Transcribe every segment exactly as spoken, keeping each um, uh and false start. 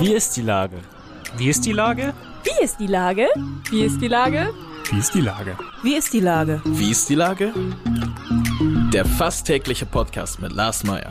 Wie ist die Lage? Wie ist die Lage? Wie ist die Lage? Wie ist die Lage? Wie ist die Lage? Wie ist die Lage? Wie ist die Lage? Der fast tägliche Podcast mit Lars Meyer.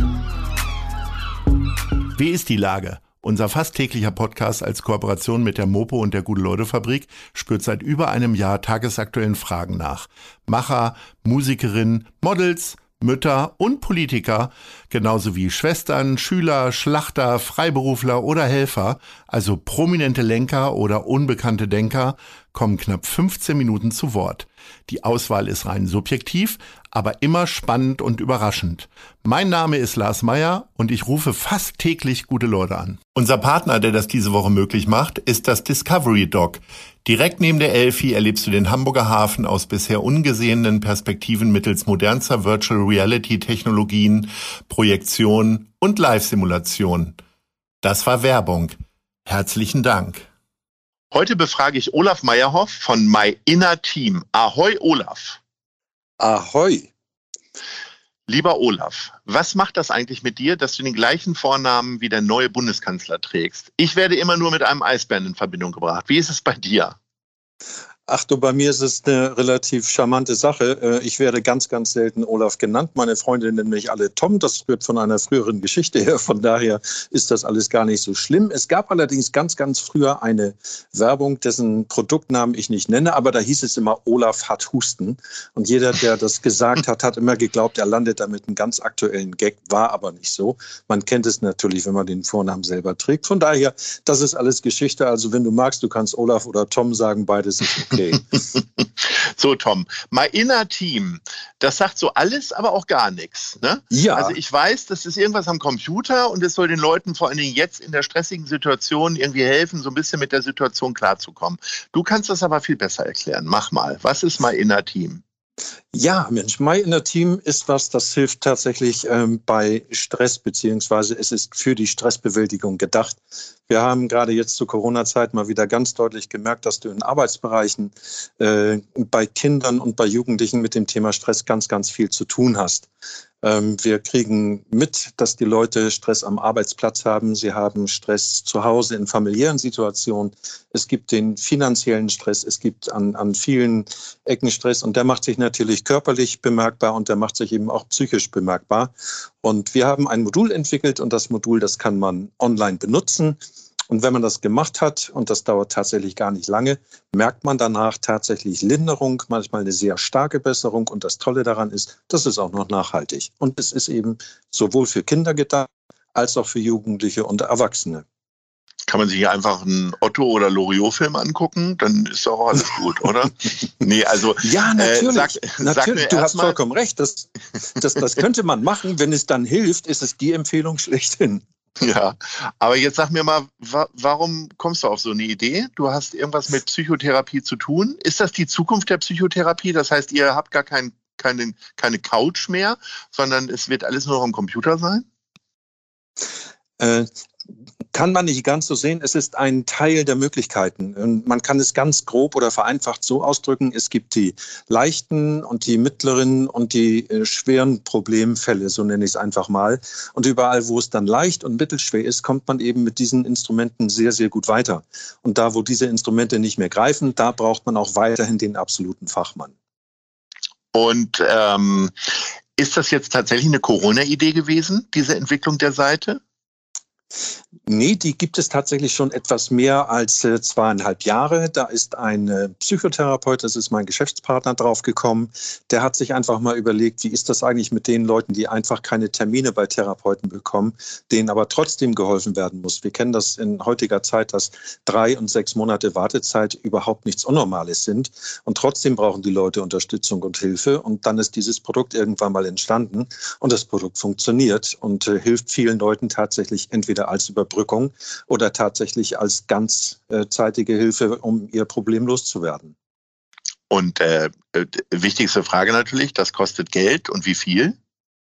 Wie ist die Lage? Unser fast täglicher Podcast als Kooperation mit der Mopo und der Gute-Leute-Fabrik spürt seit über einem Jahr tagesaktuellen Fragen nach. Macher, Musikerinnen, Models, Mütter und Politiker, genauso wie Schwestern, Schüler, Schlachter, Freiberufler oder Helfer, also prominente Lenker oder unbekannte Denker, kommen knapp fünfzehn Minuten zu Wort. Die Auswahl ist rein subjektiv, aber immer spannend und überraschend. Mein Name ist Lars Meyer und ich rufe fast täglich gute Leute an. Unser Partner, der das diese Woche möglich macht, ist das Discovery Dock. Direkt neben der Elfi erlebst du den Hamburger Hafen aus bisher ungesehenen Perspektiven mittels modernster Virtual Reality Technologien, Projektion und Live-Simulation. Das war Werbung. Herzlichen Dank. Heute befrage ich Olaf Meyerhoff von My Inner Team. Ahoi, Olaf. Ahoi. Lieber Olaf, was macht das eigentlich mit dir, dass du den gleichen Vornamen wie der neue Bundeskanzler trägst? Ich werde immer nur mit einem Eisbären in Verbindung gebracht. Wie ist es bei dir? Ach du, bei mir ist es eine relativ charmante Sache. Ich werde ganz, ganz selten Olaf genannt. Meine Freunde nennen mich alle Tom. Das rührt von einer früheren Geschichte her. Von daher ist das alles gar nicht so schlimm. Es gab allerdings ganz, ganz früher eine Werbung, dessen Produktnamen ich nicht nenne. Aber da hieß es immer, Olaf hat Husten. Und jeder, der das gesagt hat, hat immer geglaubt, er landet damit einen ganz aktuellen Gag. War aber nicht so. Man kennt es natürlich, wenn man den Vornamen selber trägt. Von daher, das ist alles Geschichte. Also wenn du magst, du kannst Olaf oder Tom sagen. Beides ist okay. Okay. So, Tom, My Inner Team, das sagt so alles, aber auch gar nichts. Ne? Ja. Also ich weiß, das ist irgendwas am Computer und es soll den Leuten vor allen Dingen jetzt in der stressigen Situation irgendwie helfen, so ein bisschen mit der Situation klarzukommen. Du kannst das aber viel besser erklären. Mach mal, was ist My Inner Team? Ja, Mensch, My Inner Team ist was, das hilft tatsächlich ähm, bei Stress, beziehungsweise es ist für die Stressbewältigung gedacht. Wir haben gerade jetzt zur Corona-Zeit mal wieder ganz deutlich gemerkt, dass du in Arbeitsbereichen äh, bei Kindern und bei Jugendlichen mit dem Thema Stress ganz, ganz viel zu tun hast. Ähm, wir kriegen mit, dass die Leute Stress am Arbeitsplatz haben. Sie haben Stress zu Hause in familiären Situationen. Es gibt den finanziellen Stress. Es gibt an, an vielen Ecken Stress. Und der macht sich natürlich körperlich bemerkbar und der macht sich eben auch psychisch bemerkbar. Und wir haben ein Modul entwickelt und das Modul, das kann man online benutzen. Und wenn man das gemacht hat, und das dauert tatsächlich gar nicht lange, merkt man danach tatsächlich Linderung, manchmal eine sehr starke Besserung. Und das Tolle daran ist, das ist auch noch nachhaltig. Und es ist eben sowohl für Kinder gedacht, als auch für Jugendliche und Erwachsene. Kann man sich hier einfach einen Otto- oder Loriot-Film angucken? Dann ist doch alles gut, oder? Nee, also... Ja, natürlich. Äh, sag, natürlich. Sag du hast mal, vollkommen recht. Das, das, das könnte man machen. Wenn es dann hilft, ist es die Empfehlung schlechthin. Ja, aber jetzt sag mir mal, wa- warum kommst du auf so eine Idee? Du hast irgendwas mit Psychotherapie zu tun. Ist das die Zukunft der Psychotherapie? Das heißt, ihr habt gar kein, keine, keine Couch mehr, sondern es wird alles nur noch am Computer sein? Äh, kann man nicht ganz so sehen. Es ist ein Teil der Möglichkeiten. Und man kann es ganz grob oder vereinfacht so ausdrücken. Es gibt die leichten und die mittleren und die äh, schweren Problemfälle, so nenne ich es einfach mal. Und überall, wo es dann leicht und mittelschwer ist, kommt man eben mit diesen Instrumenten sehr, sehr gut weiter. Und da, wo diese Instrumente nicht mehr greifen, da braucht man auch weiterhin den absoluten Fachmann. Und ähm, ist das jetzt tatsächlich eine Corona-Idee gewesen, diese Entwicklung der Seite? Nee, die gibt es tatsächlich schon etwas mehr als äh, zweieinhalb Jahre. Da ist ein äh, Psychotherapeut, das ist mein Geschäftspartner, draufgekommen. Der hat sich einfach mal überlegt, wie ist das eigentlich mit den Leuten, die einfach keine Termine bei Therapeuten bekommen, denen aber trotzdem geholfen werden muss. Wir kennen das in heutiger Zeit, dass drei und sechs Monate Wartezeit überhaupt nichts Unnormales sind. Und trotzdem brauchen die Leute Unterstützung und Hilfe. Und dann ist dieses Produkt irgendwann mal entstanden und das Produkt funktioniert und äh, hilft vielen Leuten tatsächlich entweder als Überbrückung oder tatsächlich als ganzzeitige Hilfe, um ihr Problem loszuwerden. Und äh, wichtigste Frage natürlich, das kostet Geld und wie viel?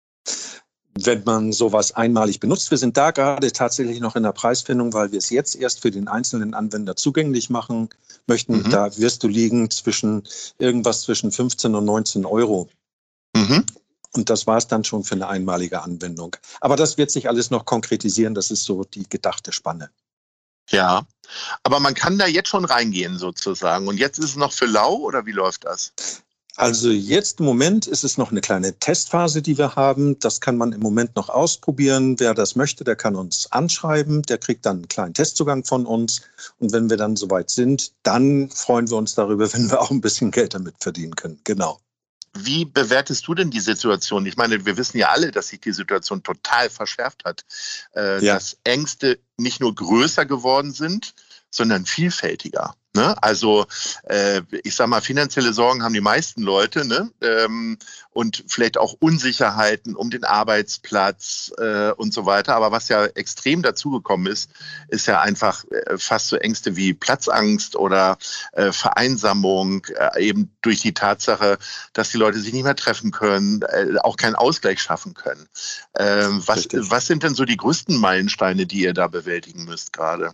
Wenn man sowas einmalig benutzt, wir sind da gerade tatsächlich noch in der Preisfindung, weil wir es jetzt erst für den einzelnen Anwender zugänglich machen möchten. Mhm. Da wirst du liegen zwischen irgendwas zwischen fünfzehn und neunzehn Euro. Mhm. Und das war es dann schon für eine einmalige Anwendung. Aber das wird sich alles noch konkretisieren. Das ist so die gedachte Spanne. Ja, aber man kann da jetzt schon reingehen sozusagen. Und jetzt ist es noch für lau oder wie läuft das? Also jetzt im Moment ist es noch eine kleine Testphase, die wir haben. Das kann man im Moment noch ausprobieren. Wer das möchte, der kann uns anschreiben. Der kriegt dann einen kleinen Testzugang von uns. Und wenn wir dann soweit sind, dann freuen wir uns darüber, wenn wir auch ein bisschen Geld damit verdienen können. Genau. Wie bewertest du denn die Situation? Ich meine, wir wissen ja alle, dass sich die Situation total verschärft hat. Äh, ja. Dass Ängste nicht nur größer geworden sind, sondern vielfältiger. Ne? Also äh, ich sag mal, finanzielle Sorgen haben die meisten Leute, ne? ähm, und vielleicht auch Unsicherheiten um den Arbeitsplatz äh, und so weiter. Aber was ja extrem dazugekommen ist, ist ja einfach äh, fast so Ängste wie Platzangst oder äh, Vereinsamung, äh, eben durch die Tatsache, dass die Leute sich nicht mehr treffen können, äh, auch keinen Ausgleich schaffen können. Äh, was, was sind denn so die größten Meilensteine, die ihr da bewältigen müsst gerade?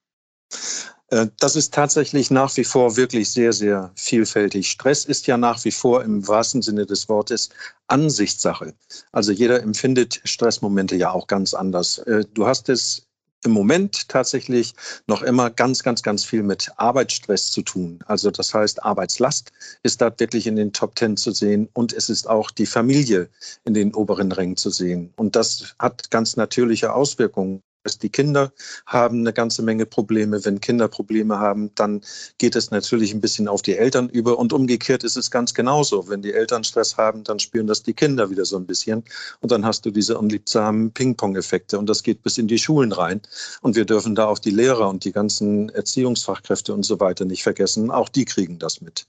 Das ist tatsächlich nach wie vor wirklich sehr, sehr vielfältig. Stress ist ja nach wie vor im wahrsten Sinne des Wortes Ansichtssache. Also jeder empfindet Stressmomente ja auch ganz anders. Du hast es im Moment tatsächlich noch immer ganz, ganz, ganz viel mit Arbeitsstress zu tun. Also das heißt, Arbeitslast ist da wirklich in den Top Ten zu sehen und es ist auch die Familie in den oberen Rängen zu sehen. Und das hat ganz natürliche Auswirkungen. Die Kinder haben eine ganze Menge Probleme. Wenn Kinder Probleme haben, dann geht es natürlich ein bisschen auf die Eltern über. Und umgekehrt ist es ganz genauso. Wenn die Eltern Stress haben, dann spüren das die Kinder wieder so ein bisschen. Und dann hast du diese unliebsamen Ping-Pong-Effekte. Und das geht bis in die Schulen rein. Und wir dürfen da auch die Lehrer und die ganzen Erziehungsfachkräfte und so weiter nicht vergessen. Auch die kriegen das mit.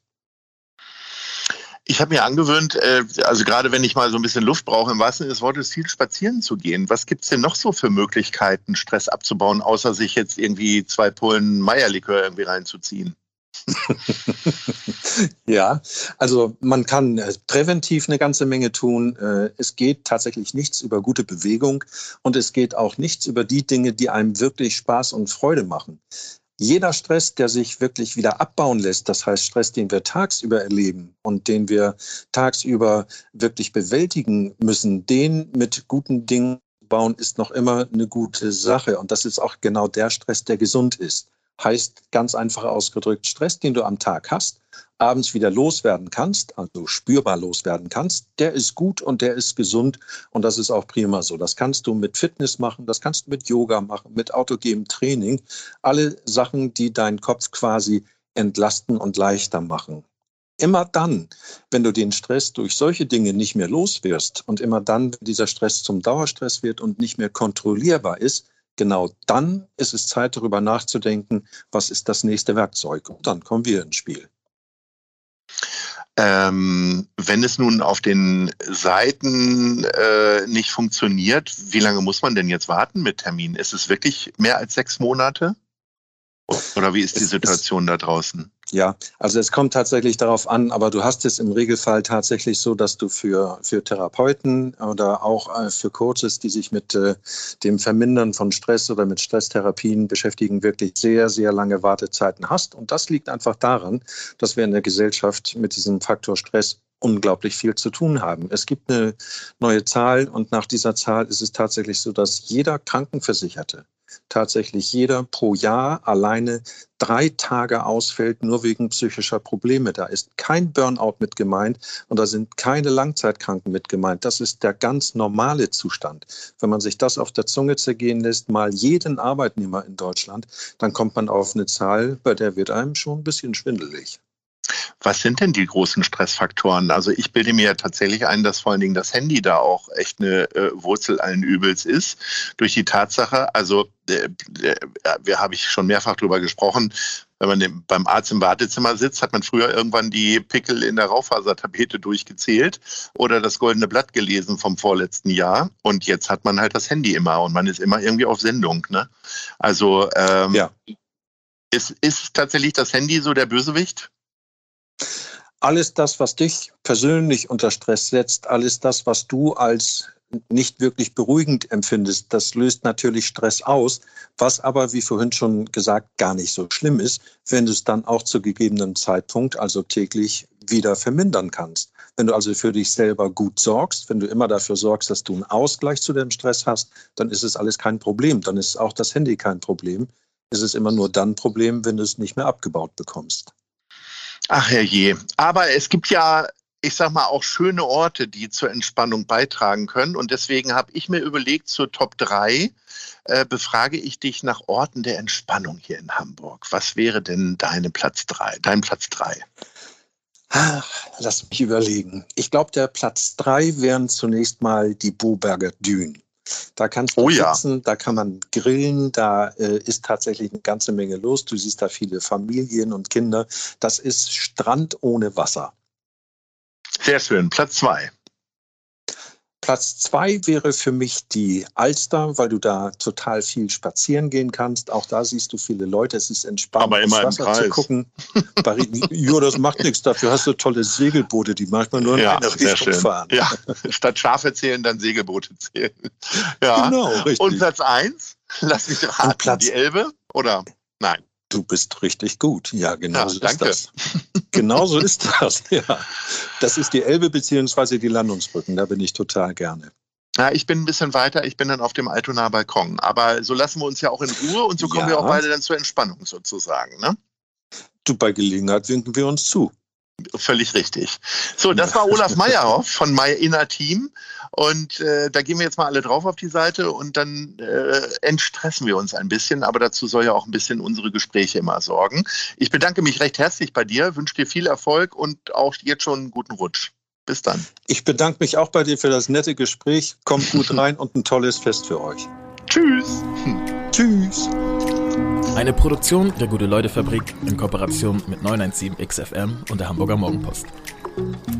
Ich habe mir angewöhnt, also gerade wenn ich mal so ein bisschen Luft brauche, im wahrsten Sinne des Wortes viel spazieren zu gehen. Was gibt's denn noch so für Möglichkeiten, Stress abzubauen, außer sich jetzt irgendwie zwei Pullen Meierlikör irgendwie reinzuziehen? Ja, also man kann präventiv eine ganze Menge tun. Es geht tatsächlich nichts über gute Bewegung und es geht auch nichts über die Dinge, die einem wirklich Spaß und Freude machen. Jeder Stress, der sich wirklich wieder abbauen lässt, das heißt Stress, den wir tagsüber erleben und den wir tagsüber wirklich bewältigen müssen, den mit guten Dingen bauen, ist noch immer eine gute Sache. Und das ist auch genau der Stress, der gesund ist. Heißt ganz einfach ausgedrückt, Stress, den du am Tag hast, abends wieder loswerden kannst, also spürbar loswerden kannst, der ist gut und der ist gesund und das ist auch prima so. Das kannst du mit Fitness machen, das kannst du mit Yoga machen, mit autogenem Training. Alle Sachen, die deinen Kopf quasi entlasten und leichter machen. Immer dann, wenn du den Stress durch solche Dinge nicht mehr los wirst und immer dann, wenn dieser Stress zum Dauerstress wird und nicht mehr kontrollierbar ist, genau dann ist es Zeit, darüber nachzudenken, was ist das nächste Werkzeug. Und dann kommen wir ins Spiel. Ähm, wenn es nun auf den Seiten äh, nicht funktioniert, wie lange muss man denn jetzt warten mit Terminen? Ist es wirklich mehr als sechs Monate? Oder wie ist die Situation da draußen? Ja, also es kommt tatsächlich darauf an, aber du hast es im Regelfall tatsächlich so, dass du für, für Therapeuten oder auch äh, für Coaches, die sich mit äh, dem Vermindern von Stress oder mit Stresstherapien beschäftigen, wirklich sehr, sehr lange Wartezeiten hast. Und das liegt einfach daran, dass wir in der Gesellschaft mit diesem Faktor Stress unglaublich viel zu tun haben. Es gibt eine neue Zahl und nach dieser Zahl ist es tatsächlich so, dass jeder Krankenversicherte, tatsächlich jeder pro Jahr alleine drei Tage ausfällt, nur wegen psychischer Probleme. Da ist kein Burnout mit gemeint und da sind keine Langzeitkranken mit gemeint. Das ist der ganz normale Zustand. Wenn man sich das auf der Zunge zergehen lässt, mal jeden Arbeitnehmer in Deutschland, dann kommt man auf eine Zahl, bei der wird einem schon ein bisschen schwindelig. Was sind denn die großen Stressfaktoren? Also ich bilde mir ja tatsächlich ein, dass vor allen Dingen das Handy da auch echt eine äh, Wurzel allen Übels ist. Durch die Tatsache, also äh, äh, wir habe ich schon mehrfach drüber gesprochen, wenn man dem, beim Arzt im Wartezimmer sitzt, hat man früher irgendwann die Pickel in der Raufasertapete durchgezählt oder das Goldene Blatt gelesen vom vorletzten Jahr. Und jetzt hat man halt das Handy immer und man ist immer irgendwie auf Sendung. Ne? Also ähm, ja. ist, ist tatsächlich das Handy so der Bösewicht? Alles das, was dich persönlich unter Stress setzt, alles das, was du als nicht wirklich beruhigend empfindest, das löst natürlich Stress aus, was aber, wie vorhin schon gesagt, gar nicht so schlimm ist, wenn du es dann auch zu gegebenen Zeitpunkt, also täglich, wieder vermindern kannst. Wenn du also für dich selber gut sorgst, wenn du immer dafür sorgst, dass du einen Ausgleich zu dem Stress hast, dann ist es alles kein Problem, dann ist auch das Handy kein Problem. ist es immer nur dann ein Problem, wenn du es nicht mehr abgebaut bekommst. Ach herrje. Aber es gibt ja, ich sag mal, auch schöne Orte, die zur Entspannung beitragen können. Und deswegen habe ich mir überlegt, zur Top drei äh, befrage ich dich nach Orten der Entspannung hier in Hamburg. Was wäre denn deine Platz drei, dein Platz drei? Ach, lass mich überlegen. Ich glaube, der Platz drei wären zunächst mal die Boberger Dünen. Da kannst du oh, ja. sitzen, da kann man grillen, da äh, ist tatsächlich eine ganze Menge los. Du siehst da viele Familien und Kinder. Das ist Strand ohne Wasser. Sehr schön. Platz zwei. Platz zwei wäre für mich die Alster, weil du da total viel spazieren gehen kannst. Auch da siehst du viele Leute. Es ist entspannt, aber immer aufs im Wasser Kreis zu gucken. Ja, das macht nichts. Dafür hast du tolle Segelboote, die manchmal nur in ja, eine Richtung fahren. Ja, statt Schafe zählen, dann Segelboote zählen. Ja. Genau, richtig. Und Platz eins? Lass mich raten. Platz, die Elbe? Oder? Nein. Du bist richtig gut. Ja, genau ja, so danke. ist das. Genau so ist das, ja. Das ist die Elbe beziehungsweise die Landungsbrücken. Da bin ich total gerne. Ja, ich bin ein bisschen weiter. Ich bin dann auf dem Altonaer Balkon. Aber so lassen wir uns ja auch in Ruhe und so kommen ja. wir auch beide dann zur Entspannung sozusagen, ne? Du, bei Gelegenheit winken wir uns zu. Völlig richtig. So, das war Olaf Meyerhoff von My Inner Team. Und äh, da gehen wir jetzt mal alle drauf auf die Seite und dann äh, entstressen wir uns ein bisschen. Aber dazu soll ja auch ein bisschen unsere Gespräche immer sorgen. Ich bedanke mich recht herzlich bei dir, wünsche dir viel Erfolg und auch jetzt schon einen guten Rutsch. Bis dann. Ich bedanke mich auch bei dir für das nette Gespräch. Kommt gut rein und ein tolles Fest für euch. Tschüss. Tschüss. Eine Produktion der Gute-Leute-Fabrik in Kooperation mit neun eins sieben X F M und der Hamburger Morgenpost.